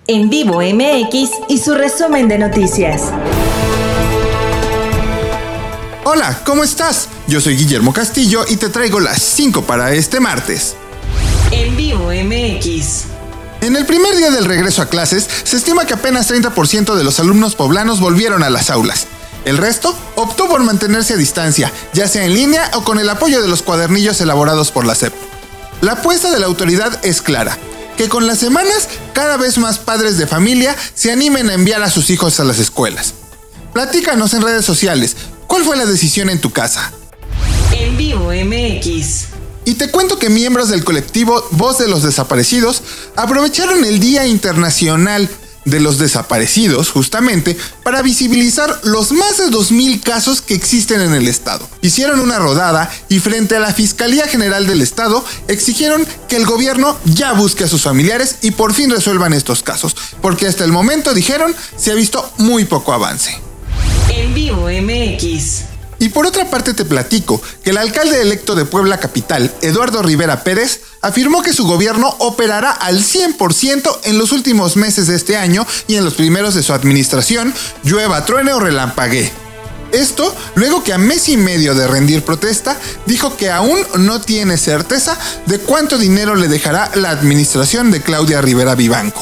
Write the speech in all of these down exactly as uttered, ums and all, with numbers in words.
En Vivo M X y su resumen de noticias. Hola, ¿cómo estás? Yo soy Guillermo Castillo y te traigo las cinco para este martes. En Vivo M X. En el primer día del regreso a clases, se estima que apenas treinta por ciento de los alumnos poblanos volvieron a las aulas. El resto optó por mantenerse a distancia, ya sea en línea o con el apoyo de los cuadernillos elaborados por la S E P. La apuesta de la autoridad es clara, que con las semanas cada vez más padres de familia se animen a enviar a sus hijos a las escuelas. Platícanos en redes sociales, ¿cuál fue la decisión en tu casa? En Vivo M X. Y te cuento que miembros del colectivo Voz de los Desaparecidos aprovecharon el Día Internacional de los Desaparecidos justamente para visibilizar los más de dos mil casos que existen en el estado. Hicieron una rodada y frente a la Fiscalía General del Estado exigieron que el gobierno ya busque a sus familiares y por fin resuelvan estos casos, porque hasta el momento, dijeron, se ha visto muy poco avance. En Vivo M X. Y por otra parte te platico que el alcalde electo de Puebla Capital, Eduardo Rivera Pérez, afirmó que su gobierno operará al cien por ciento en los últimos meses de este año y en los primeros de su administración, llueva, truene o relampaguee. Esto luego que a mes y medio de rendir protesta, dijo que aún no tiene certeza de cuánto dinero le dejará la administración de Claudia Rivera Vivanco.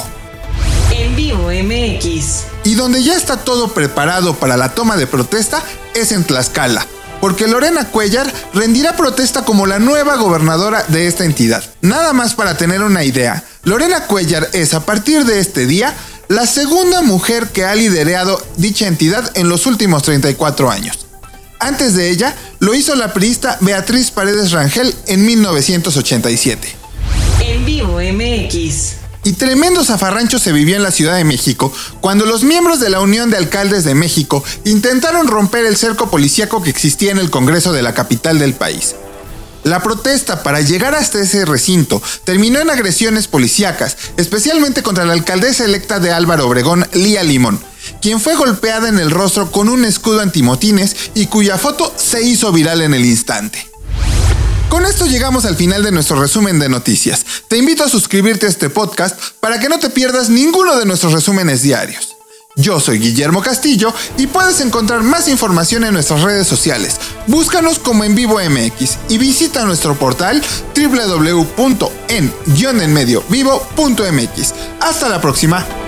En Vivo M X. Y donde ya está todo preparado para la toma de protesta es en Tlaxcala, porque Lorena Cuellar rendirá protesta como la nueva gobernadora de esta entidad. Nada más para tener una idea, Lorena Cuellar es a partir de este día la segunda mujer que ha liderado dicha entidad en los últimos treinta y cuatro años. Antes de ella lo hizo la priista Beatriz Paredes Rangel en mil novecientos ochenta y siete. En Vivo M X. Y tremendo zafarrancho se vivió en la Ciudad de México cuando los miembros de la Unión de Alcaldes de México intentaron romper el cerco policíaco que existía en el Congreso de la capital del país. La protesta para llegar hasta ese recinto terminó en agresiones policíacas, especialmente contra la alcaldesa electa de Álvaro Obregón, Lía Limón, quien fue golpeada en el rostro con un escudo antimotines y cuya foto se hizo viral en el instante. Con esto llegamos al final de nuestro resumen de noticias. Te invito a suscribirte a este podcast para que no te pierdas ninguno de nuestros resúmenes diarios. Yo soy Guillermo Castillo y puedes encontrar más información en nuestras redes sociales. Búscanos como En Vivo M X y visita nuestro portal doble u doble u doble u punto en guion en medio vivo punto m x. Hasta la próxima.